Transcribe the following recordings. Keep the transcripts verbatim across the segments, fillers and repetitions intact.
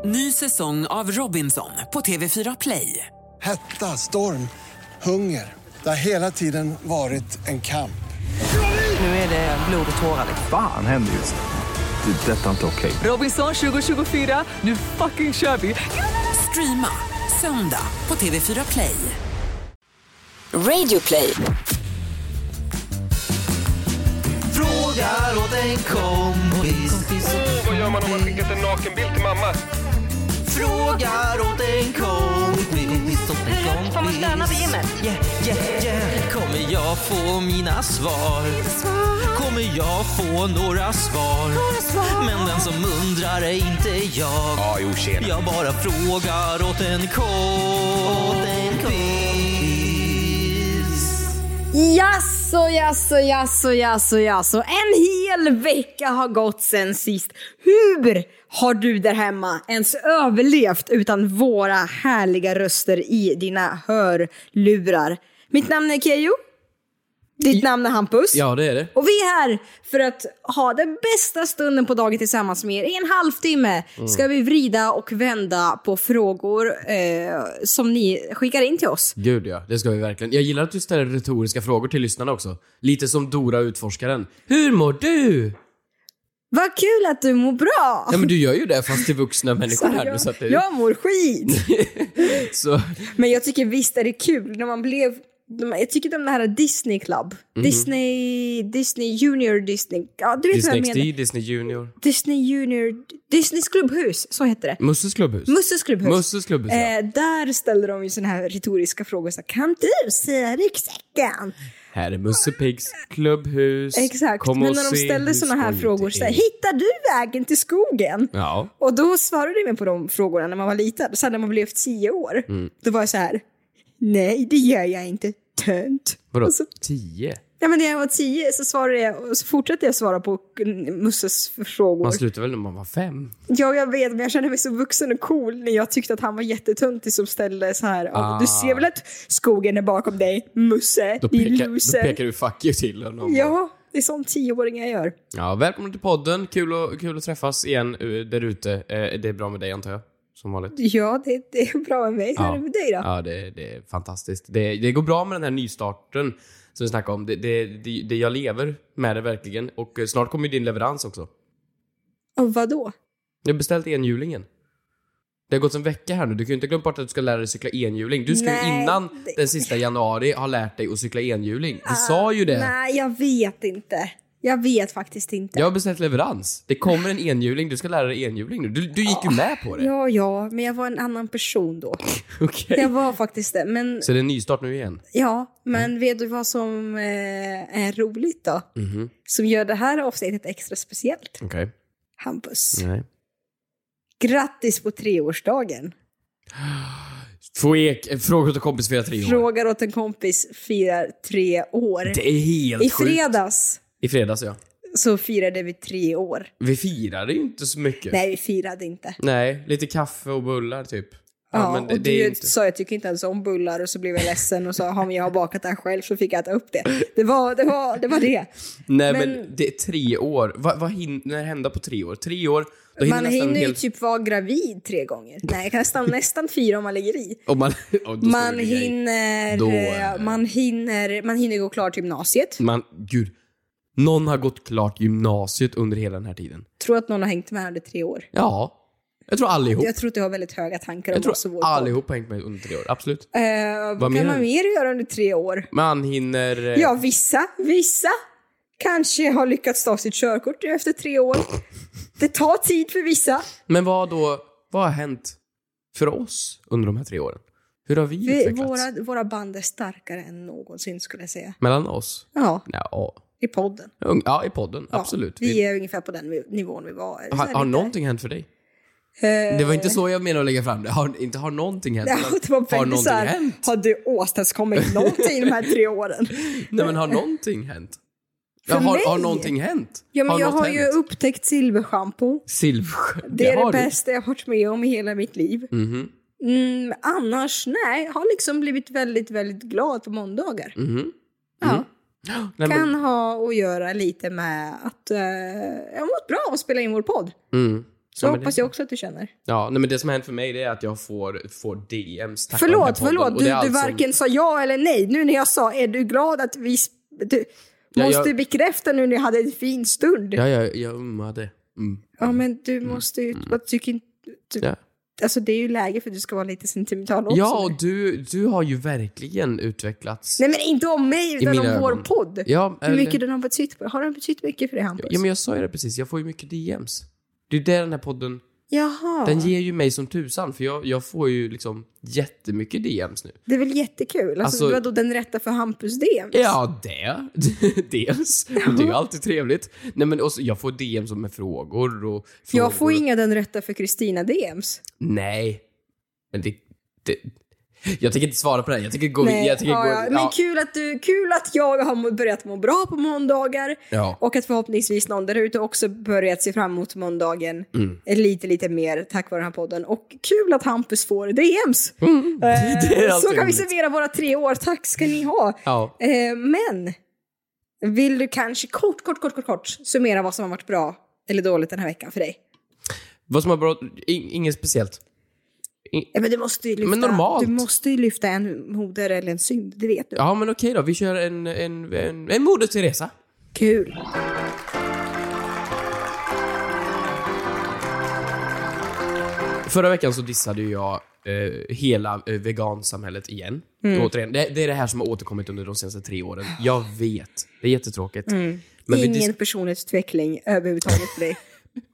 Ny säsong av Robinson på T V fyra Play. Hetta, storm, hunger. Det har hela tiden varit en kamp. Nu är det blod och tårar. Fan händer just det. Det är detta inte okej. Robinson tjugo tjugofyra, nu fucking kör vi. Streama söndag på T V fyra Play. Radio Play. Frågar åt en kompis. Oh, vad gör man om man skickat en nakenbild till mamma? Frågar åt en kompis. Får man stöna vid gymmet? Yeah, yeah, yeah. Kommer jag få mina svar? Kommer jag få några svar? Men den som undrar är inte jag. Ja, jo, tjena. Jag bara frågar åt en kompis. Jasså, jasså, jasså, jasså, jasså. En hel vecka har gått sen sist. Hur har du där hemma ens överlevt utan våra härliga röster i dina hörlurar? Mitt namn är Keyyo. Ditt namn är Hampus. Ja, det är det. Och vi är här för att ha den bästa stunden på dagen tillsammans med er. I en halvtimme mm. ska vi vrida och vända på frågor eh, som ni skickar in till oss. Gud ja, det ska vi verkligen. Jag gillar att du ställer retoriska frågor till lyssnarna också. Lite som Dora utforskaren. Hur mår du? Vad kul att du mår bra. Ja, men du gör ju det fast till vuxna människor här. Jag, så att det... jag mår skit. så... Men jag tycker visst är det kul när man blev... Jag tycker de här Disney Club. Mm-hmm. Disney Disney Junior Disney. Ja, du vet Disney vad jag X D, menar. Disney Junior. Disney Junior Disneys klubbhus, så heter det. Musses klubbhus. Musses klubbhus. Musses klubbhus. Ja. Eh, där ställer de ju såna här retoriska frågor så kan du se ryggsäcken? Här är Musse Pigs klubbhus. Exakt. Kom men när de ställde såna här frågor så här, hittar du vägen till skogen? Ja. Och då svarade de mig på de frågorna när man var liten. Så när man blev tio år. Mm. Då var jag så här: nej, det gör jag inte. Tönt. Vadå? Så, tio? Ja, men när jag var tio så svarade jag och så fortsatte jag svara på Musses frågor. Man slutade väl när man var fem? Ja, jag vet, men jag kände mig så vuxen och cool när jag tyckte att han var jättetöntig som ställde så här. Ah. Du ser väl att skogen är bakom dig, Musse? Då pekar, då pekar du fuck you till honom. Ja, det är sånt tioåringar gör. Ja, välkommen till podden. Kul, och, kul att träffas igen där ute. Det är bra med dig, antar jag. Som vanligt. Ja, det, det är bra med mig. Så ja. är det med dig då? Ja, det, det är fantastiskt. Det, det går bra med den här nystarten som vi snackade om. Det, det, det, det jag lever med det verkligen. Och snart kommer din leverans också. Och vad då? Jag har beställt enhjulingen. Det har gått en vecka här nu. Du kan ju inte glömma bort att du ska lära dig cykla enhjuling. Du ska nej, ju innan det... den sista januari ha lärt dig att cykla enhjuling. Du uh, sa ju det. Nej, jag vet inte. Jag vet faktiskt inte. Jag har beställt leverans. Det kommer en enhjuling. Du ska lära dig enhjuling nu. Du, du gick ju med på det. Ja, ja. Men jag var en annan person då. Okay. Jag var faktiskt det. Men... Så det är en nystart nu igen? Ja, men mm. vet du vad som eh, är roligt då? Mm-hmm. Som gör det här avsnittet extra speciellt. Okej. Okay. Hampus. Nej. Grattis på treårsdagen. Två ek, frågar åt en kompis firar tre år. Frågar åt en kompis firar tre år. Det är helt I sjukt. fredags. I fredags, ja. Så firade vi tre år. Vi firade ju inte så mycket. Nej, vi firade inte. Nej, lite kaffe och bullar typ. Ja, ja men det, och det du är inte... sa jag tycker inte ens om bullar och så blev jag ledsen och sa har jag har bakat det här själv så fick jag äta upp det. Det var det. Var, det, var det. Nej, men... men det är tre år. Vad, vad hinner hända på tre år? Tre år... Då man hinner ju hel... typ vara gravid tre gånger. Nej, nästan, nästan fyra om man lägger i. Och man, och man, hinner, då... man hinner man hinner gå klart gymnasiet. Man, gud, någon har gått klart gymnasiet under hela den här tiden. Tror att någon har hängt med under tre år. Ja, jag tror allihop. Jag tror att du har väldigt höga tankar om jag oss och vår tror allihop har hängt med under tre år, absolut. Uh, vad kan man mer göra under tre år? Man hinner... Ja, vissa, vissa kanske har lyckats ta sitt körkort efter tre år. Det tar tid för vissa. Men vad då, vad har hänt för oss under de här tre åren? Hur har vi, vi utvecklats? Våra, våra band är starkare än någonsin skulle jag säga. Mellan oss? Ja. Ja. I podden. Ja, i podden, ja, absolut. Vi är ungefär på den nivån vi var. Har, har någonting hänt för dig? Uh, det var inte så jag menade att lägga fram det. Har, inte har någonting hänt. Ja, det var har någonting här, hänt? Har du åstadkommit någonting de här tre åren? Nej, men har någonting hänt? Ja, har, har någonting hänt? Ja, men har jag har hänt? ju upptäckt silverschampo. Silverschampo? Det är det, det bästa jag har varit med om i hela mitt liv. Mm-hmm. Mm, annars, nej. Jag har liksom blivit väldigt, väldigt glad på måndagar. Mm-hmm. Ja. Mm. Nej, kan men... ha att göra lite med att uh, jag har mått bra att spela in vår podd. Mm. Så ja, hoppas det... jag också att du känner. Ja, nej, men det som har hänt för mig det är att jag får, får D M's. Tack förlåt, förlåt. Du, du alltså... varken sa ja eller nej. Nu när jag sa, är du glad att vi... Du ja, måste jag... bekräfta nu när jag hade en fin stund. Ja, jag, jag ummade. Mm. Ja, men du måste ju... Mm. Vad tycker inte... Du... Ja. Alltså det är ju läge för att du ska vara lite sentimental också. Ja, och du, du har ju verkligen utvecklats. Nej, men inte om mig utan om vår podd. Ja, eller... Hur mycket den har betytt på. Har den betytt mycket för dig, Hampus? Ja, men jag sa ju det precis. Jag får ju mycket D M's. Det är det den här podden... Jaha. Den ger ju mig som tusan. För jag, jag får ju liksom jättemycket D M's nu. Det är väl jättekul. Alltså, alltså du har då den rätta för Hampus D M's. Ja, det. Dels. Det är ju alltid trevligt. Nej, men också, jag får D M's med frågor och... Frågor. Jag får inga den rätta för Kristina D M's. Nej. Men det... det jag tänker inte svara på det här. Jag tänker gå... Nej, jag tänker ja, gå ja. Men kul att, du, kul att jag har börjat må bra på måndagar. Ja. Och att förhoppningsvis någon där ute också börjat se fram emot måndagen. Mm. Lite, lite mer tack vare den här podden. Och kul att Hampus får D M's. Mm. Det är så kan roligt. vi servera våra tre år. Tack ska ni ha. Ja. Eh, men vill du kanske kort, kort, kort, kort, kort summera vad som har varit bra eller dåligt den här veckan för dig? Vad som har bra... Inget speciellt. Ja, men du måste ju lyfta, men normalt. Du måste ju lyfta en moder eller en synd, det vet du. Ja, men okej då. Vi kör en, en, en, en Moder Teresa. Kul. Förra veckan så dissade ju jag eh, hela eh, vegansamhället igen. Mm. Återigen, det, det är det här som har återkommit under de senaste tre åren. Jag vet. Det är jättetråkigt. Mm. Men Ingen dis- personlighetsutveckling överhuvudtaget för dig.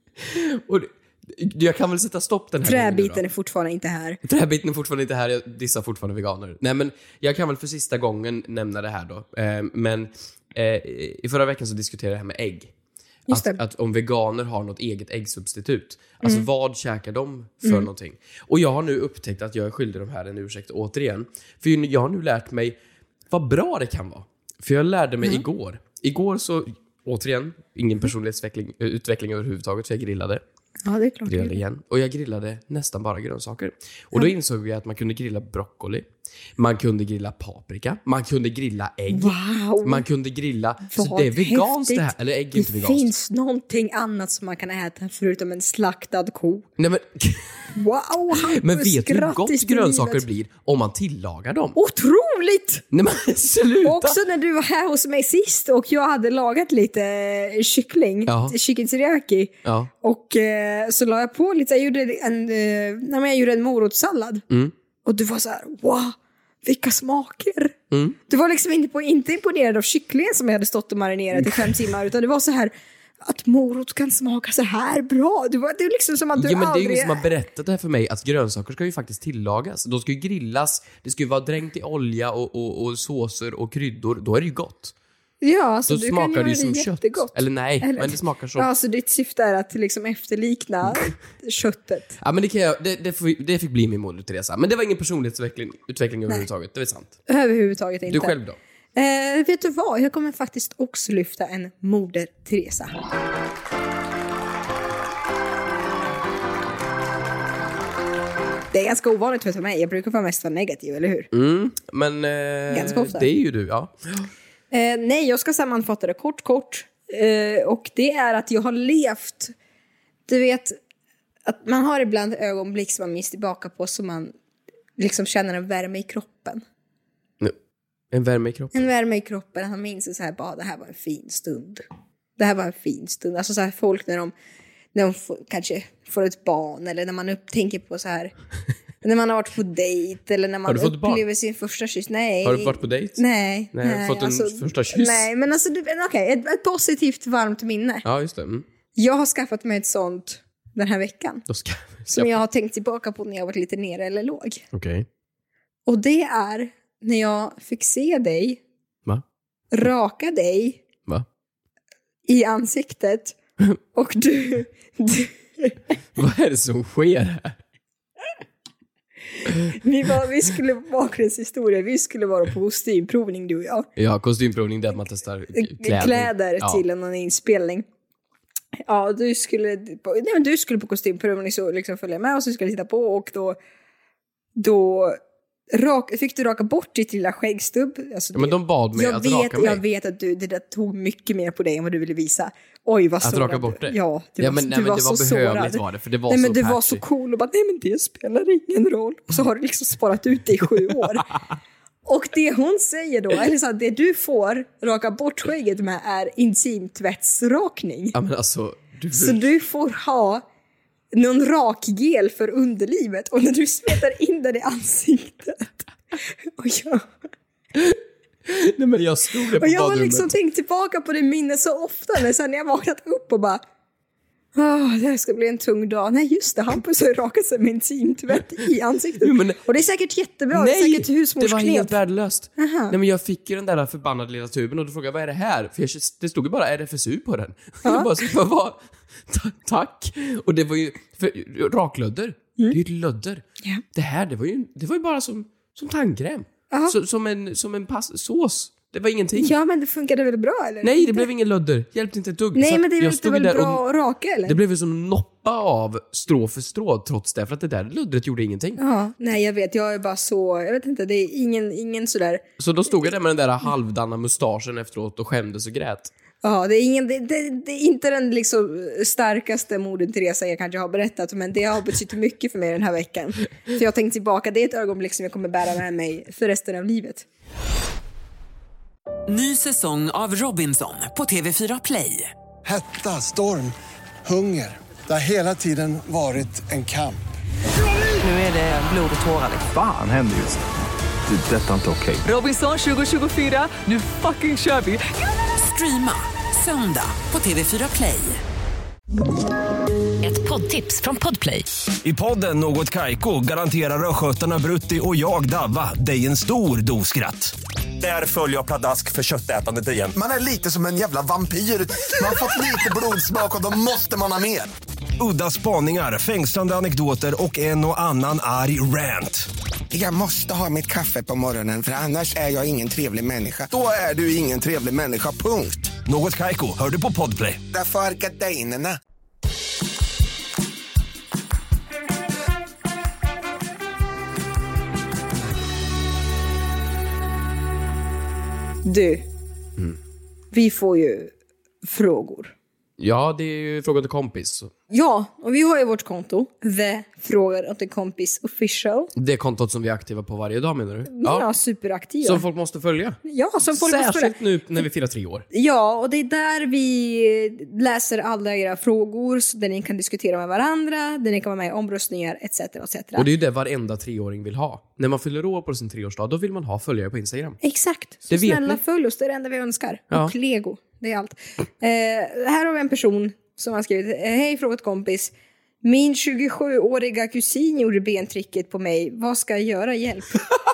Och jag kan väl sätta stopp den här Träbiten är fortfarande inte här. Träbiten är fortfarande inte här. Jag dissar fortfarande veganer. Nej, men jag kan väl för sista gången nämna det här då. Eh, men eh, i förra veckan så diskuterade jag det här med ägg. Att, att om veganer har något eget äggsubstitut. Alltså mm. vad käkar de för mm. någonting? Och jag har nu upptäckt att jag är skyldig de här en ursäkt återigen. För jag har nu lärt mig vad bra det kan vara. För jag lärde mig mm. igår. Igår så, återigen, ingen personlighetsutveckling utveckling överhuvudtaget. För jag grillade. Ja, det är klart. Grillade igen. Och jag grillade nästan bara grönsaker. Och då insåg jag att man kunde grilla broccoli. Man kunde grilla paprika. Man kunde grilla ägg. Wow. Man kunde grilla... Vad så det är veganskt häftigt. det här. Eller ägg är inte det veganskt. Det finns någonting annat som man kan äta förutom en slaktad ko. Nej, men... Wow, men vet du hur gott grönsaker livet. blir om man tillagar dem? Otroligt! Nej, men sluta! Också när du var här hos mig sist och jag hade lagat lite kyckling, ja. chicken teriyaki. Ja. Och eh, så la jag på lite, jag gjorde en, eh, nej, jag gjorde en morotssallad. Mm. Och du var så här, wow, vilka smaker. Mm. Du var liksom inte, på, inte imponerad av kycklingen som jag hade stått och marinerat i fem timmar, utan det var så här, att morot kan smaka så här bra. Det, var, det är liksom som att du ja, men aldrig... det är ingen som har berättat det här för mig, att grönsaker ska ju faktiskt tillagas. De ska ju grillas, det ska ju vara dränkt i olja och, och, och såser och kryddor. Då är det ju gott. Ja, alltså, då du smakar kan det ju som jättegott. kött. Eller nej, Eller, men det smakar som... Ja, alltså ditt syfte är att liksom efterlikna köttet. Ja, men det, kan jag, det, det, får, det fick bli min moder Teresa. Men det var ingen personlighetsutveckling utveckling överhuvudtaget, det är sant. Överhuvudtaget inte. Du själv då? Eh, vet du vad? Jag kommer faktiskt också lyfta en moder Teresa. Det är ganska ovanligt för mig. Jag brukar vara mest vara negativ, eller hur? Mm, men eh, ganska ofta. Det är ju du, ja. Eh, nej, jag ska sammanfatta det kort, kort. Eh, och det är att jag har levt... Du vet, att man har ibland ögonblick som man minns tillbaka på, som man liksom känner en värme i kroppen. En värme i kroppen? En värme i kroppen. Han minns så här, bara, det här var en fin stund. Det här var en fin stund. Alltså så här, folk när de, när de får, kanske får ett barn, eller när man upptänker på så här... När man har varit på dejt, eller när man upplever barn? sin första kyss. Nej. Har du varit på dejt? Nej. Nej, har du fått en alltså, första kyss? Nej, men alltså, okej, okay, ett, ett positivt, varmt minne. Ja, just det. Mm. Jag har skaffat mig ett sånt den här veckan. Då ska, som jag har tänkt tillbaka på när jag varit lite nere eller låg. Okej. Okay. Och det är när jag fick se dig. Va? Raka dig. Va? I ansiktet. Och du... du vad är det som sker här? vi, var, vi skulle bakgrundshistoria. Vi skulle vara på kostymprovning, du och jag. Ja, kostymprovning där man testar kläder, kläder ja. till en inspelning. Ja, du skulle på, nej, men du skulle på kostymprovning, så liksom följa med och så skulle titta på, och då då rak, fick du raka bort ditt lilla skäggstubb. Alltså, ja, men de bad mig jag att vet, raka mig. Jag vet att du, det där tog mycket mer på dig än vad du ville visa. Oj, vad Att sårad. raka bort det? Ja, du ja, var, men, du nej, men var det var så behövligt sårad. var det, för det var nej, så men du patchy. var så cool och bara, nej men det spelar ingen roll. Och så har du liksom sparat ut det i sju år. Och det hon säger då, eller så att det du får raka bort skägget med är intimtvättsrakning. Ja, men alltså, du... Så du får ha någon rakgel för underlivet och när du smetar in den i ansiktet. Och jag... Nej, men jag stod där på och jag har badrummet. liksom tänkt tillbaka på det minnet så ofta när sen jag vaknat upp och bara åh, det här ska bli en tung dag. Nej just det, Hampus har rakat sig med intimtvätt i ansiktet. Jo, men... Och det är säkert jättebra, Nej, det är säkert husmorsknep. det var helt värdelöst. Aha. Nej, men jag fick ju den där förbannade lilla tuben och då frågade jag, vad är det här? För jag, det stod ju bara R F S U på den. Ja. Jag bara, så, vad var? Ta- tack. Och det var ju, för, raklödder, mm. det är ju ett lödder. Ja. Det här, det var ju, det var ju bara som, som tandkräm. Så, som en, som en pass, sås. Det var ingenting. Ja, men det funkade väl bra eller? Nej, det blev ingen lödder. Hjälpte inte ett dugg. Nej, så men det är jag inte väl bra att raka eller? Det blev ju som noppa av strå för strå trots det. För att det där löddret gjorde ingenting. Ja, nej jag vet. Jag är bara så, jag vet inte, det är ingen, ingen sådär. Så då stod jag där med den där halvdanna mustaschen efteråt och skämdes och grät. Ja, det är, ingen, det, det, det är inte den liksom starkaste Moder Teresa jag kanske har berättat, men det har betytt mycket för mig den här veckan. För jag tänkte tillbaka, det är ett ögonblick som jag kommer bära med mig för resten av livet. Ny säsong av Robinson på T V fyra Play. Hetta, storm, hunger. Det har hela tiden varit en kamp. Nu är det blod och tårar. Fan händer just det. Det är detta inte okej. Robinson tjugo tjugofyra, nu fucking kör vi. Streama söndag på T V fyra Play. Ett poddtips från Podplay. I podden Något Kaiko garanterar röskötarna Brutti och jag Davva dig en stor doskratt. Där följer jag pladask för köttätandet igen. Man är lite som en jävla vampyr. Man har fått lite blodsmak och då måste man ha mer. Udda spaningar, fängslande anekdoter och en och annan arg rant. Jag måste ha mitt kaffe på morgonen för annars är jag ingen trevlig människa. Då är du ingen trevlig människa, punkt. Något Kaiko, hör du på Podplay. Därför är gardinerna. Du, mm. vi får ju frågor. Ja, det är ju frågan till kompis. Ja, och vi har ju vårt konto, The Frågar åt en kompis official. Det kontot som vi är aktiva på varje dag, menar du? Ja, ja superaktiva. Som folk måste följa? Ja, som folk Särskilt måste följa. nu när vi firar tre år. Ja, och det är där vi läser alla era frågor, så där ni kan diskutera med varandra, där ni kan vara med i omröstningar, et cetera, et cetera. Och det är ju det varenda treåring vill ha. När man fyller år på sin treårsdag, då vill man ha följare på Instagram. Exakt. Så det vet snälla ni. följ oss, det är det enda vi önskar. Ja. Och Lego, det är allt. Eh, här har vi en person som har skrivit: hej, frågat kompis. Min tjugosjuåriga kusin gjorde bentricket på mig. Vad ska jag göra? Hjälp.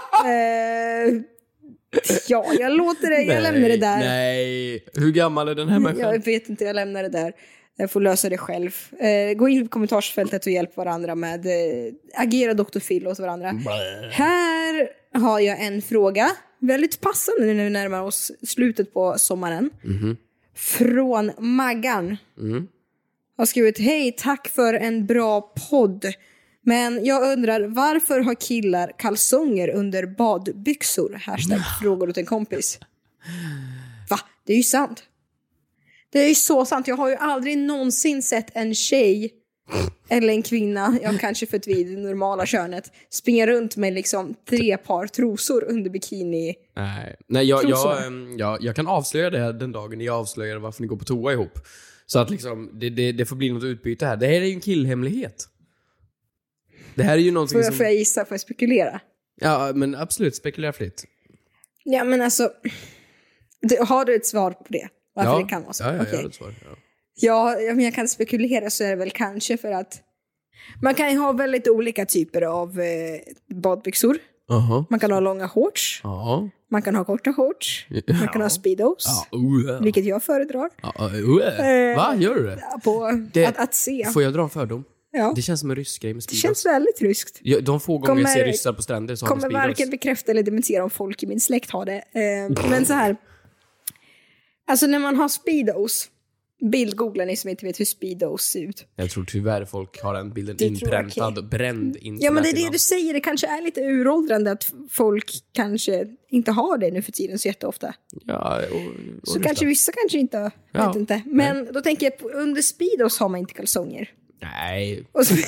eh, ja, jag låter det. Jag nej, lämnar det där. Nej, hur gammal är den här människan? Jag vet inte, jag lämnar det där. Jag får lösa det själv. Eh, gå in i kommentarsfältet och hjälp varandra med eh, agera doktor Phil åt varandra. Blä. Här har jag en fråga. Väldigt passande nu när vi närmar oss slutet på sommaren. Mm-hmm. Från Maggan. Mm. Har skrivit: hej, tack för en bra podd. Men jag undrar, varför har killar kalsonger under badbyxor? Hashtag frågor åt en kompis. Va? Det är ju sant. Det är ju så sant. Jag har ju aldrig någonsin sett en tjej eller en kvinna, jag kanske för ett vid det normala könet, springa runt med liksom tre par trosor under bikini. Nej, Nej jag, jag, jag, jag kan avslöja det den dagen jag avslöjar varför ni går på toa ihop. Så att liksom, det, det, det får bli något utbyte här. Det här är ju en killhemlighet. Det här är ju någonting får jag, som... Får jag gissa? Får jag spekulera? Ja, men absolut, spekulera fritt. Ja, men alltså... Du, har du ett svar på det? Varför ja. det kan vara så? Ja, ja, okay. jag har ett svar. Ja. Ja, om jag kan spekulera så är det väl kanske för att man kan ju ha väldigt olika typer av eh, badbyxor. Uh-huh. Man kan ha långa shorts. Uh-huh. Man kan ha korta shorts. Uh-huh. Man kan ha speedos. Uh-huh. Vilket jag föredrar. Uh-huh. Va? Gör du det? På det att, att se. Får jag dra en fördom? Ja. Det känns som en rysk grej med speedos. Det känns väldigt ryskt. Ja, de få gånger kommer, jag ser ryssar på stränder så har de speedos. Kommer varken bekräfta eller dementera om folk i min släkt har det. Eh, men så här. Alltså när man har speedos bildgooglar ni som inte vet hur Speedos ser ut. Jag tror tyvärr folk har den bilden Du inpräntad tror, och bränd in. Ja, men det är det du säger. Det kanske är lite uråldrande att folk kanske inte har det nu för tiden så jätteofta. Ja, och, och så kanske vissa kanske inte, ja, vet inte. Men nej. Då tänker jag på, under Speedos har man inte kalsonger. Nej. Och så,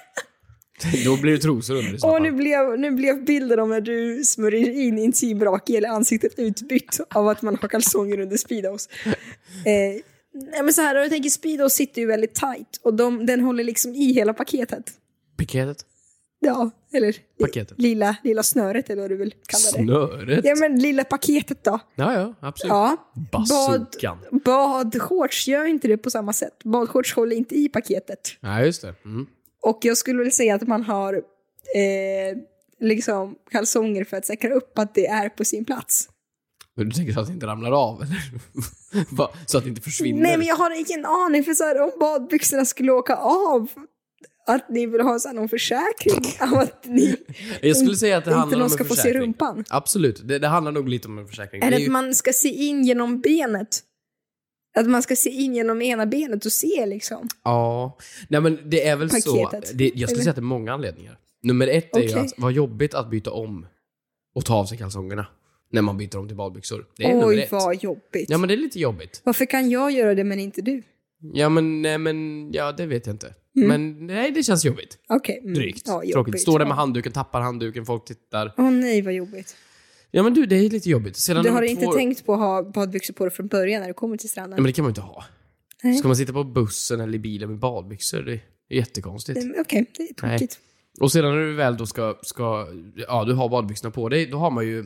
då blir det trosor under i så fall. och nu blev, nu blev bilden om när du smörjer in intimbrak i hela ansiktet utbytt av att man har kalsonger under Speedos. Eh, nej men så här, jag tänker Speedos sitter ju väldigt tight och de, den håller liksom i hela paketet. Paketet? Ja, eller paketet. Lilla, lilla snöret eller vad du vill kalla det. Snöret? Ja men lilla paketet då. Ja, ja, absolut. Ja. Bazookan. Bad, badshorts gör inte det på samma sätt. Badshorts håller inte i paketet. Ja, just det. Mm. Och jag skulle väl säga att man har eh, liksom kalsonger för att säkra upp att det är på sin plats. Men du tänker så att det inte ramlar av? Eller? Så att det inte försvinner? Nej, men jag har ingen aning. För så här, om badbyxorna skulle åka av, att ni vill ha så här någon försäkring av att ni jag skulle säga att det handlar inte om någon en ska få försäkring. se rumpan. Absolut, det, det handlar nog lite om en försäkring. Är det, det är att ju... man ska se in genom benet? Att man ska se in genom ena benet och se liksom? Ja, nej men det är väl Paketet. så. Det, jag skulle säga att det är många anledningar. Nummer ett är okay. ju att vad jobbigt att byta om och ta av sig kalsongerna när man byter om till badbyxor. Det är Oj, vad jobbigt. Ja, men det är lite jobbigt. Varför kan jag göra det men inte du? Ja, men, nej, men ja, det vet jag inte. Mm. Men nej, det känns jobbigt. Okej. Okay. Mm. Drygt. Ja, tråkigt. Står där med handduken, tappar handduken, folk tittar. Åh oh, nej, vad jobbigt. Ja, men du, det är lite jobbigt. Sedan du har två... inte tänkt på att ha badbyxor på dig från början när du kommer till stranden? Ja, men det kan man ju inte ha. Nej. Ska man sitta på bussen eller i bilen med badbyxor? Det är jättekonstigt. Okej, okay, det är tokigt. Och sedan när du väl då ska, ska... Ja, du har badbyxorna på dig. Då har man ju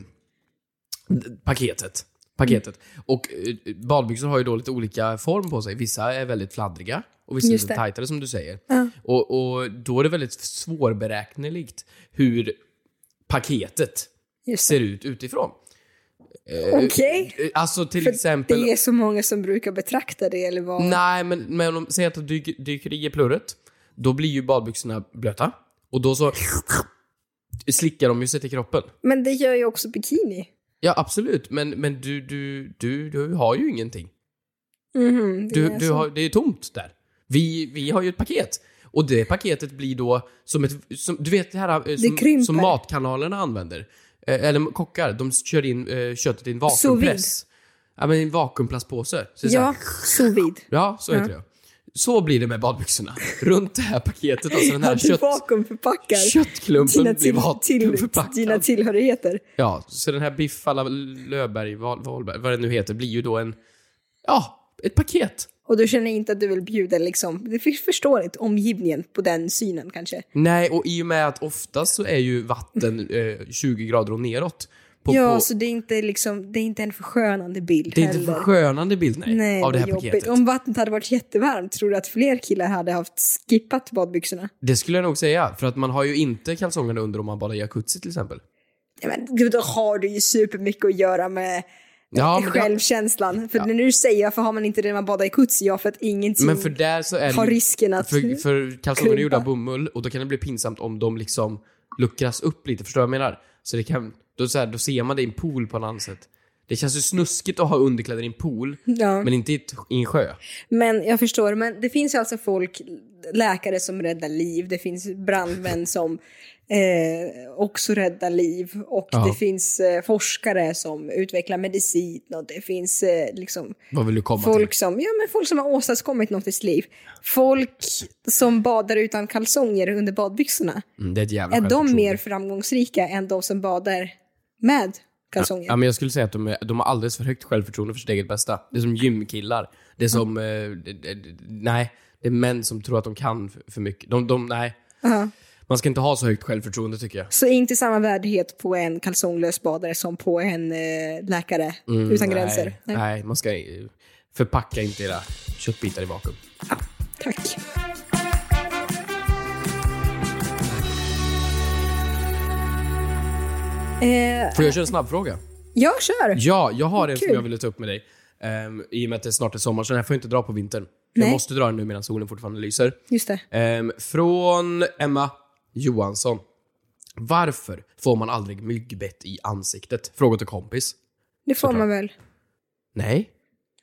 paketet. Paketet. Mm. Och eh, badbyxor har ju då lite olika form på sig. Vissa är väldigt fladdriga. Och vissa är lite tajtare som du säger. Ja. Och, och då är det väldigt svårberäkneligt hur paketet ser ut utifrån. Okej. Okay. Alltså till För exempel... det är så många som brukar betrakta det eller vad? Nej, men, men om säger att du dyker, dyker i plurret, då blir ju badbyxorna blöta. Och då så slickar de ju sig till kroppen. Men det gör ju också bikini. Ja, absolut. Men, men du, du, du, du har ju ingenting. Mm-hmm, du, du har, det är tomt där. Vi, vi har ju ett paket. Och det paketet blir då som ett... Som, du vet det här som, som matkanalerna använder. Eller kockar, de kör in eh, köttet i en vakuumpress. Ja, men en vakuumplastpåse. Så ja, sous vide. Ja, så heter ja. det. Så blir det med badbyxorna. Runt det här paketet. Alltså den här att kött, vakuumförpackar köttklumpen dina blir vakuumförpackad. Till, dina tillhörigheter. Ja, så den här biff alla Löfberg, Wahlberg, vad det nu heter, blir ju då en... Ja, ett paket. Och du känner inte att du vill bjuda liksom... Det är förståeligt, omgivningen på den synen kanske. Nej, och i och med att oftast så är ju vatten eh, tjugo grader och neråt. På, ja, på... så det är inte liksom... Det är inte en förskönande bild Det är heller. inte en förskönande bild, nej, nej av det här det paketet. Om vattnet hade varit jättevarmt, tror du att fler killar hade haft skippat badbyxorna? Det skulle jag nog säga, för att man har ju inte kalsongerna under om man badar i jacuzzi till exempel. Ja, men gud, då har du ju supermycket att göra med... Ja, självkänslan. Det... För ja. när du säger varför har man inte det när man badar i kutsi? Ja, för att ingenting men för där så är har det, risken att För, för kalsonger är gjorda av bomull och då kan det bli pinsamt om de liksom luckras upp lite. Förstår du vad jag menar? Så det kan, då, så här, då ser man det i en pool på något annat sätt. Det känns ju snuskigt att ha underkläder i en pool, ja. men inte i, ett, i en sjö. Men jag förstår, men det finns ju alltså folk, läkare som räddar liv. Det finns brandmän som eh, också räddar liv. Och ja. det finns eh, forskare som utvecklar medicin. Och det finns eh, liksom... Vad vill du komma folk till? Som, ja, men folk som har åstadkommit något i sitt liv. Folk som badar utan kalsonger under badbyxorna. Mm, det är ett jävla är de mer framgångsrika än de som badar med kalsonger? Ja, men jag skulle säga att de, är, de har alldeles för högt självförtroende för sitt eget bästa. Det är som gymkillar. Det är som... Mm. Eh, det, det, nej, det är män som tror att de kan för, för mycket. De, de, nej. Uh-huh. Man ska inte ha så högt självförtroende, tycker jag. Så inte samma värdighet på en kalsonglös badare som på en eh, läkare mm, utan nej, gränser? Nej. nej, man ska förpacka inte era köttbitar i vakuum. Ja, tack. Eh, Får jag köra en snabb fråga? Ja, kör. Ja, jag har en Kul. som jag ville ta upp med dig. Um, I och med att det snart är sommar, så den här får jag inte dra på vintern. Nej. Jag måste dra den nu medan solen fortfarande lyser. Just det. Um, från Emma Johansson. Varför får man aldrig myggbett i ansiktet? Fråga till kompis. Det får man väl? Nej.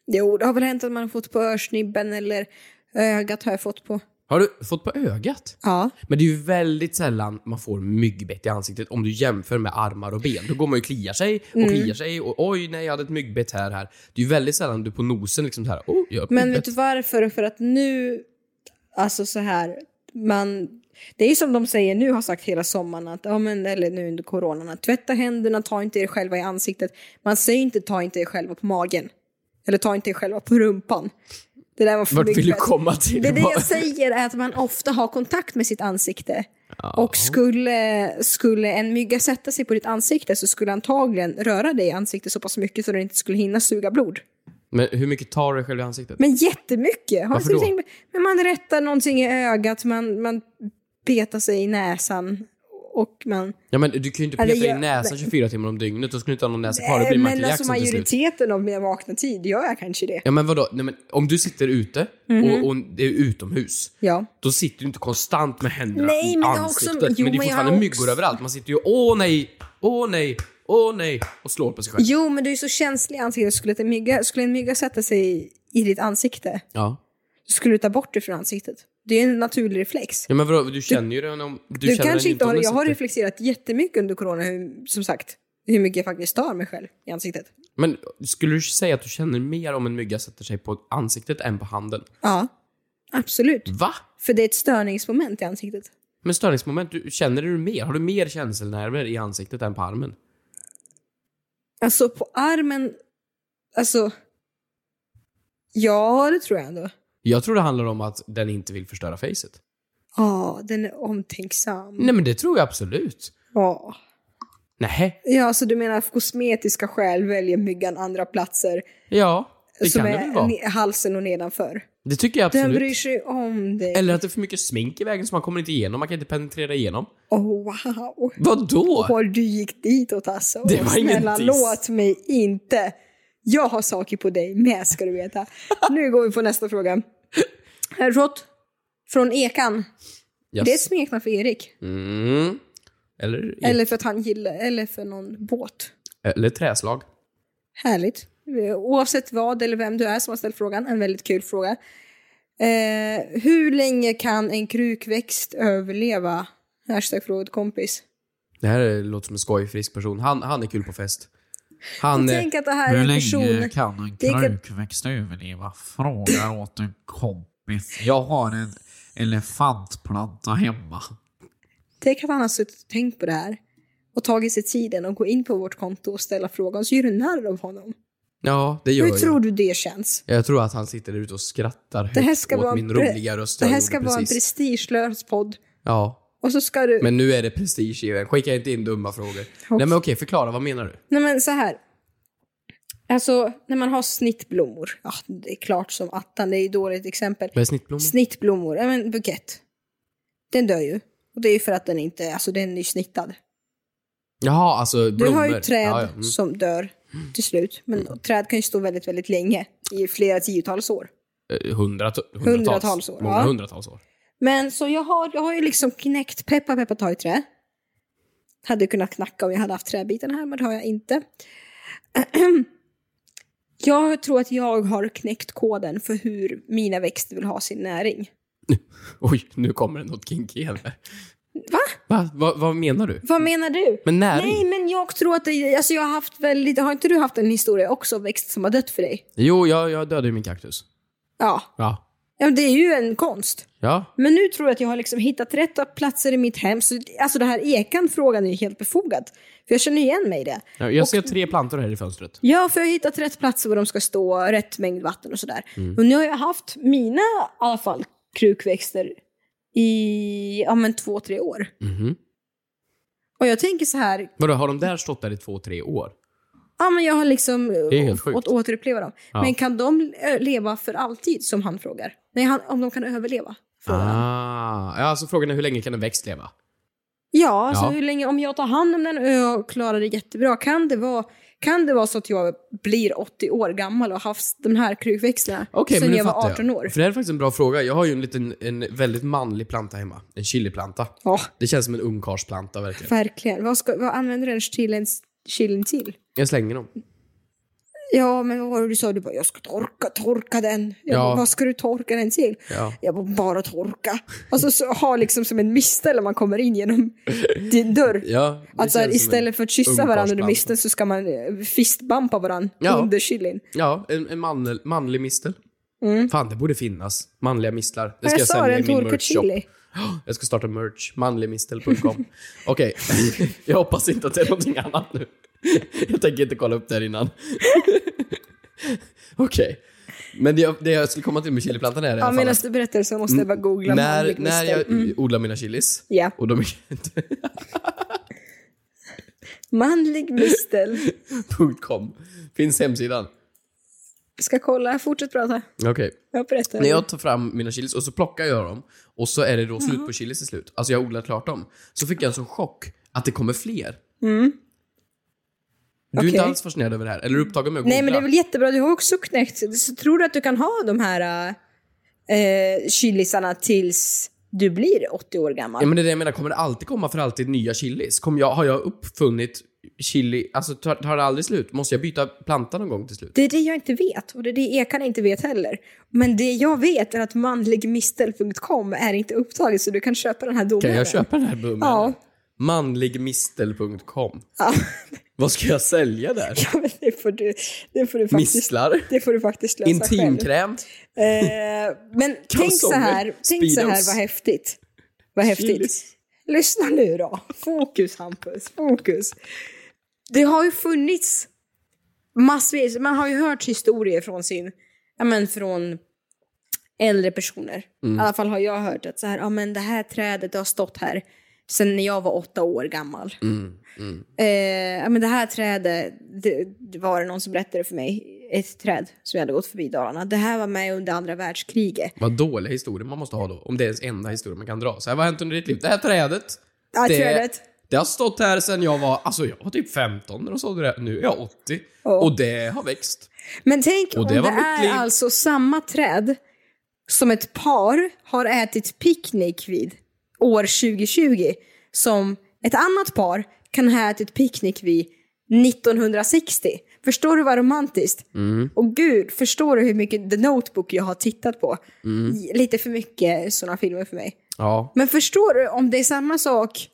Jo, det har väl hänt att man har fått på örsnibben eller ögat har jag fått på. Har du fått på ögat? Ja. Men det är ju väldigt sällan man får myggbett i ansiktet om du jämför med armar och ben. Då går man ju kliar sig och mm. kliar sig och oj nej jag hade ett myggbett här här. Det är ju väldigt sällan du på nosen liksom så här. Oh, jag har Men vet du varför? För att nu alltså så här man det är ju som de säger nu har sagt hela sommaren att ja men eller nu under coronan att tvätta händerna, ta inte er själva i ansiktet. Man säger inte ta inte er själva på magen eller ta inte er själva på rumpan. Det där var för Vart vill du komma till? Det, det jag säger är att man ofta har kontakt med sitt ansikte. Ja. Och skulle, skulle en mygga sätta sig på ditt ansikte så skulle antagligen röra dig i ansiktet så pass mycket så den inte skulle hinna suga blod. Men hur mycket tar du själv i ansiktet? Men jättemycket. Varför då? Tänkt, men man rättar någonting i ögat, man, man petar sig i näsan. Och man, ja men du kan ju inte peta i näsan tjugofyra timmar om dygnet. Då skulle du inte ha någon näsa kvar. Då blir Michael men Jackson alltså majoriteten av min vakna tid gör jag kanske det. Ja men vadå? Nej, men om du sitter ute mm-hmm. och, och det är utomhus. Ja. Då sitter du inte konstant med händerna nej, i men ansiktet. Också, jo, men det är fortfarande också... myggor överallt. Man sitter ju åh nej, åh nej, åh nej och slår på sig själv. Jo men du är så känslig i ansiktet. Skulle en mygga, skulle en mygga sätta sig i ditt ansikte? Ja. Skulle du ta bort det från ansiktet? Det är en naturlig reflex. Ja men vadå, du känner ju den om du, du känner kanske den inte har, jag har sätter. reflexerat jättemycket under corona hur, som sagt, hur mycket jag faktiskt tar mig själv i ansiktet. Men skulle du säga att du känner mer om en mygga sätter sig på ansiktet än på handen? Ja. Absolut. Va? För det är ett störningsmoment i ansiktet. Men störningsmoment, du, känner du mer? Har du mer känselnerver i ansiktet än på armen? Alltså på armen alltså ja, det tror jag ändå. Jag tror det handlar om att den inte vill förstöra facet. Ja, den är omtänksam. Nej, men det tror jag absolut. Ja. Nej. Ja, så du menar kosmetiska skäl väljer myggan andra platser? Ja, det som kan det väl vara. Som är halsen och nedanför. Det tycker jag absolut. Den bryr sig om dig. Eller att det är för mycket smink i vägen så man kommer inte igenom. Man kan inte penetrera igenom. Oh, wow. Vadå? Och du gick ditåt alltså. Det var ingen snälla, diss. Låt mig inte. Jag har saker på dig med, ska du veta. Nu går vi på nästa fråga. Rott från Ekan. Yes. Det är ett smeknamn för Erik. Mm. Eller, eller för att han gillar, eller för någon båt. Eller träslag. Härligt. Oavsett vad eller vem du är som har ställt frågan. En väldigt kul fråga. Eh, hur länge kan en krukväxt överleva? Hashtag fråga kompis. Det här låter som en skojfrisk person. Han, han är kul på fest. Han, jag tänker att det här är en person... Hur länge kan en krukväxt överleva? Frågar åt en kompis. Jag har en elefantplanta hemma. Tänk att han har suttit och tänkt på det här. Och tagit sig tiden och gå in på vårt konto och ställa frågan. Så gör du narr av honom. Ja, det gör Hur jag. tror du det känns? Jag tror att han sitter där ute och skrattar högt det här ska åt vara min pre- roliga röst. Det här ska vara precis. En prestigelös podd. Ja. Och så ska du... Men nu är det prestige i den. Skicka inte in dumma frågor. Okay. Nej men okej, förklara. Vad menar du? Nej men så här. Alltså, när man har snittblommor. Ja, det är klart som attan. Det är ett dåligt exempel. Vad är snittblommor? Snittblommor. Ja men bukett. Den dör ju. Och det är ju för att den inte... Alltså den är ju snittad. Jaha, alltså blommor. Du har ju träd ja, ja. Mm. som dör till slut. Men mm. träd kan ju stå väldigt, väldigt länge. I flera tiotals år. Hundrat, hundratals. Hundratals år. Många ja. hundratals år. Men så jag har, jag har ju liksom knäckt peppa peppa ta i trä. Hade kunnat knacka om jag hade haft träbiten här, men det har jag inte. Jag tror att jag har knäckt koden för hur mina växter vill ha sin näring. Oj, nu kommer det något kinky igen här. Va? Va? Va? Vad menar du? Vad menar du? Men näring? Nej, men jag tror att det, alltså jag har haft väldigt... Har inte du haft en historia också växt som har dött för dig? Jo, jag, jag dödade ju min kaktus. Ja. Ja. Ja, det är ju en konst. Ja. Men nu tror jag att jag har liksom hittat rätta platser i mitt hem. Så, alltså det här Ekan-frågan är ju helt befogad. För jag känner igen mig i det. Ja, jag ser och, tre plantor här i fönstret. Ja, för jag har hittat rätt platser där de ska stå. Rätt mängd vatten och sådär. Mm. Och nu har jag haft mina, i alla fall, krukväxter i, ja men två, tre år. Mm. Och jag tänker så här. Vadå, har de där stått där i två, tre år? Ja, men jag har liksom fått återuppleva dem. Ja. Men kan de leva för alltid, som han frågar? Nej, han, om de kan överleva. Ah, ja, alltså frågan är hur länge kan en växt leva? Ja, alltså ja. hur länge, om jag tar hand om den och jag klarar det jättebra, kan det vara, kan det vara så att jag blir åttio år gammal och haft de här krukväxterna okay, sen men jag var arton jag. år? För det här är faktiskt en bra fråga. Jag har ju en liten, en väldigt manlig planta hemma. En chiliplanta. Ja. Det känns som en ungkarsplanta, verkligen. Verkligen. Vad, ska, vad använder den chilin, chilin till? Jag slänger dem. Ja, men vad var det du sa? Du bara, jag ska torka, torka den. Jag Ja. bara, vad ska du torka den till? Ja. Jag bara, bara torka. Alltså så ha liksom som en mistel när man kommer in genom din dörr. Ja, det Alltså känns som istället en för att kyssa varandra under ungkarlsband. misteln så ska man eh, fistbumpa varandra Ja. under chilin. Ja, en, en man, manlig mistel. Mm. Fan, det borde finnas. Manliga mistlar. Det Jag ska jag, sa sälja det, i en min torkad merch-shop. chili. Jag ska starta merch. manligmistel punkt com. Okej, jag hoppas inte att det är någonting annat nu. Jag tänker inte kolla upp det här innan. Okej. Men det, det jag skulle komma till med chiliplantan är i alla Ja, fall medan att du berättar så måste jag bara googla när, manlig när mistel. jag Mm. odlar mina chilis Ja. och de Manlig mistel. .com finns hemsidan. Ska kolla, fortsätt prata. Okej. Jag berättar. När jag tar fram mina chilis och så plockar jag dem och så är det då slut på chilis till slut. Alltså jag odlar klart dem. Så fick jag en sån chock att det kommer fler. Mm. Du är Okej. inte alls fascinerad över det här? Eller upptagen med att Nej, googla? men det är väl jättebra. Du har också knäckt. Så tror du att du kan ha de här äh, chilisarna tills du blir åttio år gammal? Ja, men det är det jag menar. Kommer det alltid komma för alltid nya chilis? Kommer jag, har jag uppfunnit chili? Alltså tar, tar det aldrig slut? Måste jag byta planta någon gång till slut? Det är det jag inte vet. Och det är det Ekan inte vet heller. Men det jag vet är att manligmistel punkt com är inte upptaget. Så du kan köpa den här domen. Kan jag köpa den här domen? Ja. manligmistel punkt com. Ja. Vad ska jag sälja där? Ja, men det får du, det får du faktiskt, Misslar? det får du faktiskt lösa Intimkräm? själv. Eh, men tänk så här, tänk så här vad häftigt. Vad häftigt. Chilis. Lyssna nu då. Fokus, Hampus. Fokus. Det har ju funnits massvis. Man har ju hört historier från sin, ja men från äldre personer. Mm. I alla fall har jag hört att så här, ja men det här trädet har stått här sen när jag var åtta år gammal. Mm. Mm. Eh, ja men det här trädet, det, det var det någon som berättade för mig. Ett träd som jag hade gått förbi Dalarna. Det här var med under andra världskriget. Vad dåliga historier man måste ha då. Om det är ens enda historia man kan dra. Så här, vad har hänt under ditt liv? Det här trädet. Ja, det, trädet. Det har stått här sen jag var, alltså jag var typ femton när de såg det. Nu är jag åttio. Oh. Och det har växt. Men tänk Och om det det var mitt är liv. alltså samma träd som ett par har ätit picknick vid år tjugo tjugo. Som ett annat par kan ha ätit picknick vid nittonhundrasextio. Förstår du vad romantiskt? Mm. Och gud, förstår du hur mycket The Notebook jag har tittat på? Mm. Lite för mycket sådana filmer för mig. Ja. Men förstår du om det är samma sak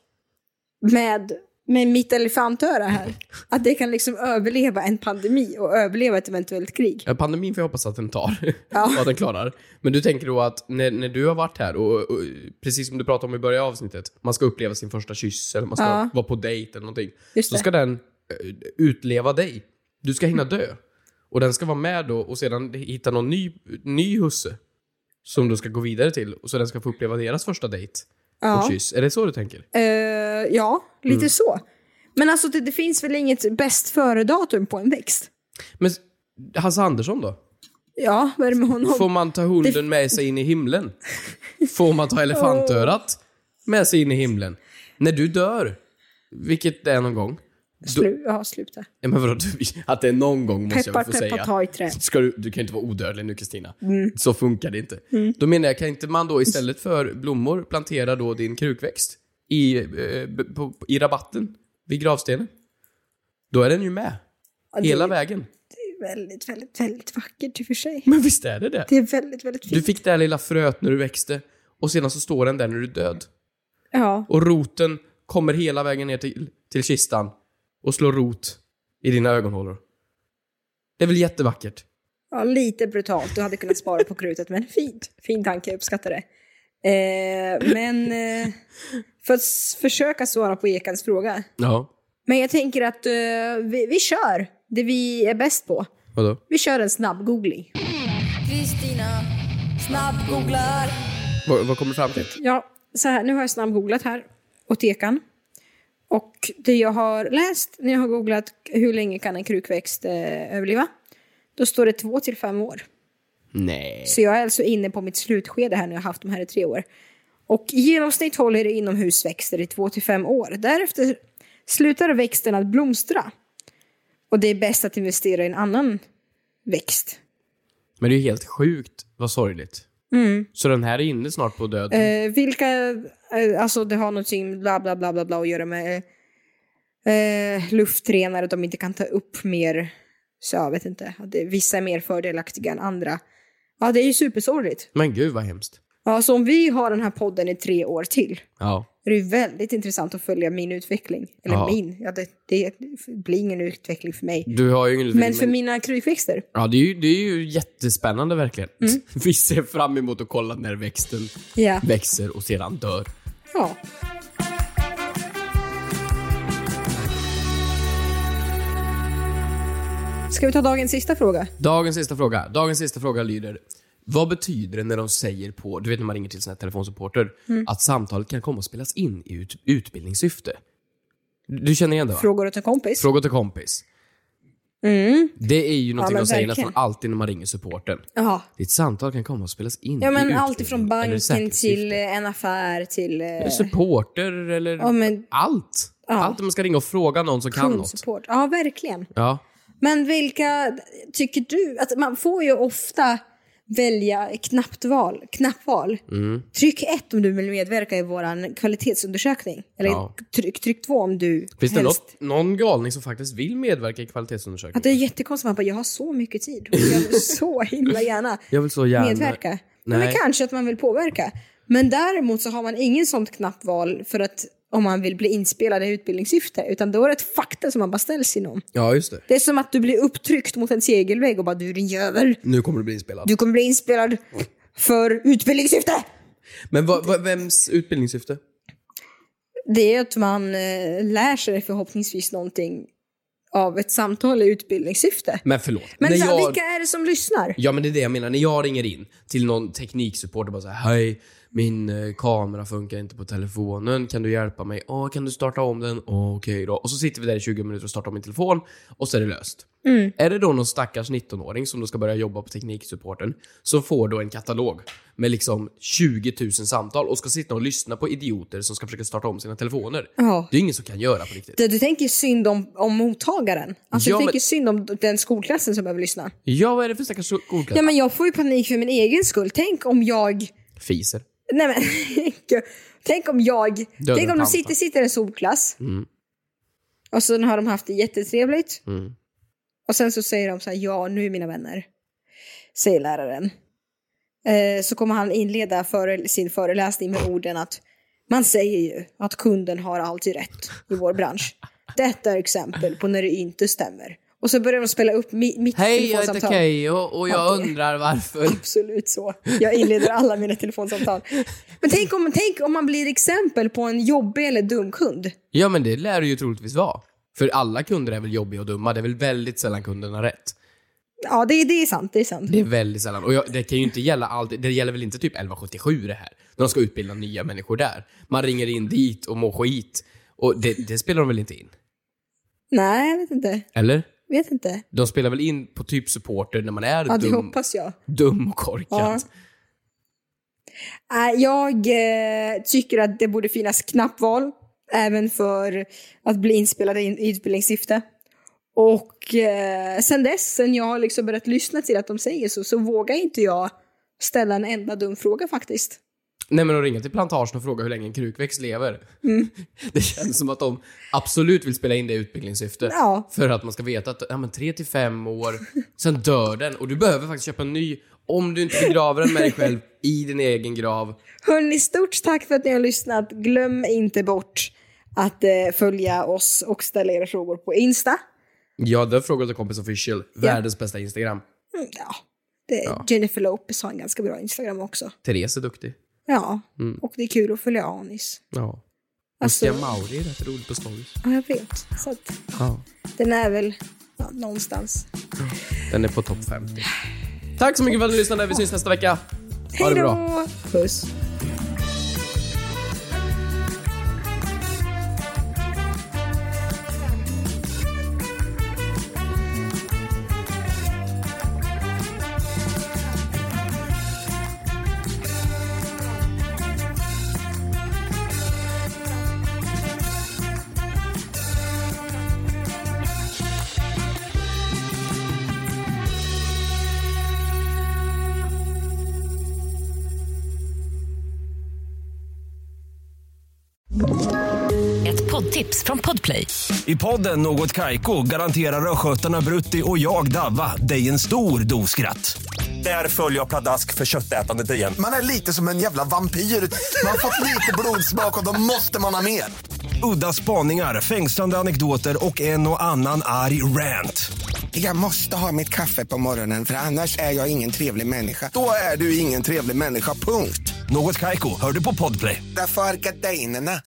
med, med mitt elefantöra här? Att det kan liksom överleva en pandemi och överleva ett eventuellt krig. Ja, pandemin får jag hoppas att den tar. Ja. Och att den klarar. Men du tänker då att när, när du har varit här och, och precis som du pratade om i början av avsnittet, man ska uppleva sin första kyss eller man ska Ja. vara på dejt eller någonting. Just Så det. ska den eh, utleva dig. Du ska hinna dö. Och den ska vara med då och sedan hitta någon ny, ny husse som du ska gå vidare till. Och så den ska få uppleva deras första dejt Ja. och kyss. Är det så du tänker? Eh, ja, lite Mm. så. Men alltså det, det finns väl inget bäst före-datum på en växt? Men Hasse Andersson då? Ja, vad är det med honom? Får man ta hunden Det- med sig in i himlen? Får man ta elefantörat med sig in i himlen? När du dör, vilket det är någon gång. Slu- ja, sluta. Ja, men vadå, du, att det är någon gång måste Peppar, jag väl få peppar, säga. ta i trä. Ska du, du kan inte vara odödlig nu, Kristina. Mm. Så funkar det inte. Mm. Då menar jag, kan inte man då istället för blommor plantera då din krukväxt i, eh, b- på, i rabatten vid gravstenen? Då är den ju med. Ja, det- Hela vägen. Det är väldigt, väldigt, väldigt vackert i och för sig. Men visst är det det? Det är väldigt, väldigt fint. Du fick det här lilla fröet när du växte och sedan så står den där när du är död. Ja. Och roten kommer hela vägen ner till, till kistan och slår rot i dina ögonhålor. Det är väl jättevackert? Ja, lite brutalt. Du hade kunnat spara på krutet, men fint. Fin tanke, jag uppskattar det. Eh, men eh, för att s- försöka svara på Ekans fråga. Ja. Men jag tänker att eh, vi, vi kör det vi är bäst på. Vadå? Vi kör en snabb googling. Kristina, snabb googlar. Vad, vad kommer du fram till? Ja, så här, nu har jag snabb googlat här åt Ekan. Och det jag har läst när jag har googlat hur länge kan en krukväxt eh, överleva. Då står det två till fem år. Nej. Så jag är alltså inne på mitt slutskede här när jag har haft de här i tre år. Och i genomsnitt håller det inomhusväxter i två till fem år. Därefter slutar växten att blomstra. Och det är bäst att investera i en annan växt. Men det är ju helt sjukt vad sorgligt. Mm. Så den här är inne snart på döden. Eh, vilka, eh, alltså det har någonting bla bla bla bla bla att göra med eh, luftrenare. Att de inte kan ta upp mer Så jag vet inte. Att det, vissa är mer fördelaktiga än andra. Ja, det är ju supersorgligt. Men gud vad hemskt. Ja, så om vi har den här podden i tre år till. Ja. Det är ju väldigt intressant att följa min utveckling. Eller Ja. min. Ja, det, det blir ingen utveckling för mig. Du har ju ingen utveckling. Men för mina krukväxter. Ja, det är ju, det är ju jättespännande verkligen. Mm. Vi ser fram emot att kolla när växten Ja. växer och sedan dör. Ja. Ska vi ta dagens sista fråga? Dagens sista fråga. Dagens sista fråga lyder: vad betyder det när de säger på, du vet när man ringer till sån här telefonsupporter, Mm. att samtalet kan komma att spelas in i ut, utbildningssyfte? Du känner igen det, va? Frågor till kompis. Frågor till kompis. Mm. Det är ju någonting Ja, men de säger verkligen. nästan alltid när man ringer supporten. Jaha. Ditt samtal kan komma att spelas in Ja, i men utbildning allt ifrån eller banken säkerhetssyfte. till eh, en affär till... Eh, Supporter eller Ja, men- allt. Ja. Allt man ska ringa och fråga någon som kan något. kundsupport. Ja, verkligen. Ja. Men vilka tycker du... Att man får ju ofta välja knappval. knappval. Mm. Tryck ett om du vill medverka i våran kvalitetsundersökning. Eller Ja. tryck, tryck två om du Finns det helst... något, någon galning som faktiskt vill medverka i kvalitetsundersökningen? Att det är jättekonstigt. Man bara, jag har så mycket tid. Och jag vill så himla gärna Jag vill så gärna medverka. Nej. Men kanske att man vill påverka. Men däremot så har man ingen sånt knappval för att om man vill bli inspelad i utbildningssyfte. Utan då är det ett fakta som man bara ställs inom. Ja, just det. Det är som att du blir upptryckt mot en segelvägg och bara, du är din jävel. Nu kommer du bli inspelad. Du kommer bli inspelad för utbildningssyfte. Men vad, vad, vems utbildningssyfte? Det är att man eh, lär sig förhoppningsvis någonting av ett samtal i utbildningssyfte. Men förlåt. Men När så, här, jag... vilka är det som lyssnar? Ja, men det är det jag menar. När jag ringer in till någon tekniksupport och bara säger: hej, min eh, kamera funkar inte på telefonen. Kan du hjälpa mig? Ja, kan du starta om den? Åh, okej då. Och så sitter vi där i tjugo minuter och startar om min telefon. Och så är det löst. Mm. Är det då någon stackars nittonåring som då ska börja jobba på tekniksupporten, som får då en katalog med liksom tjugo tusen samtal och ska sitta och lyssna på idioter som ska försöka starta om sina telefoner? Ja. Det är ingen som kan göra på riktigt. Du, du tänker synd om, om mottagaren. Alltså Ja, du tänker men- synd om den skolklassen som behöver lyssna. Ja, vad är det för stackars skolklass? Ja, men jag får ju panik för min egen skull. Tänk om jag... Fiser. Nej men, tänk om jag... Döda tänk om de tanta. sitter, sitter i en skolklass. Mm. Och så har de haft det jättetrevligt. Mm. Och sen så säger de så här: ja, nu är mina vänner. Säger läraren. Eh, så kommer han inleda före, sin föreläsning med orden att man säger ju att kunden har alltid rätt i vår bransch. Detta är exempel på när det inte stämmer. Och så börjar de spela upp mi- mitt Hej, jag heter telefonsamtal. Keyyo och jag Okej. undrar varför. Absolut så. Jag inleder alla mina telefonsamtal. Men tänk om, tänk om man blir exempel på en jobbig eller dum kund. Ja, men det lär det ju troligtvis vara. För alla kunder är väl jobbiga och dumma. Det är väl väldigt sällan kunderna har rätt. Ja, det, det är sant. Det är sant. Det är väldigt sällan. Och jag, det kan ju inte gälla allt. Det gäller väl inte typ elva sjuttiosju det här. När de ska utbilda nya människor där. Man ringer in dit och mår skit. Och det, det spelar de väl inte in? Nej, jag vet inte. Eller? Vet inte. De spelar väl in på typ supporter när man är Ja, det dum, hoppas jag. dum och korkad. Ja. Äh, Jag eh, tycker att det borde finnas knappval. Även för att bli inspelad i i utbildningssyfte. Och eh, sen dess, sen jag har liksom börjat lyssna till att de säger så, så vågar inte jag ställa en enda dum fråga faktiskt. Nej, men att ringa till plantagen och fråga hur länge en krukväxt lever. Mm. Det känns som att de absolut vill spela in det i utbildningssyfte. Ja. För att man ska veta att ja, men tre till fem år, sen dör den. Och du behöver faktiskt köpa en ny om du inte begraver den med dig själv i din egen grav. Hörrni, stort tack för att ni har lyssnat. Glöm inte bort att eh, följa oss och ställa era frågor på Insta. Ja, det är Frågor till kompis official. Världens bästa Instagram. Mm, ja, det, Ja. Jennifer Lopez har en ganska bra Instagram också. Therese är duktig. Ja, Mm. och det är kul att följa Anis. Ja. Alltså- Lucia Mauri är rätt roligt på stories. Ja, jag vet. Så att Ja. den är väl ja, någonstans. Den är på topp femtio. Tack så mycket för att ni lyssnade. Vi syns nästa vecka. Ha Hej det bra. då! Puss. poddtips från Podplay. I podden Något Kaiko garanterar röskötarna Brutti och jag Davva dig en stor dos skratt. Där följer jag pladask för köttätandet igen. Man är lite som en jävla vampyr. Man har fått lite blodsmak och då måste man ha mer. Udda spaningar, fängslande anekdoter och en och annan arg rant. Jag måste ha mitt kaffe på morgonen för annars är jag ingen trevlig människa. Då är du ingen trevlig människa, punkt. Något Kaiko, hör du på Podplay. Därför är gardinerna.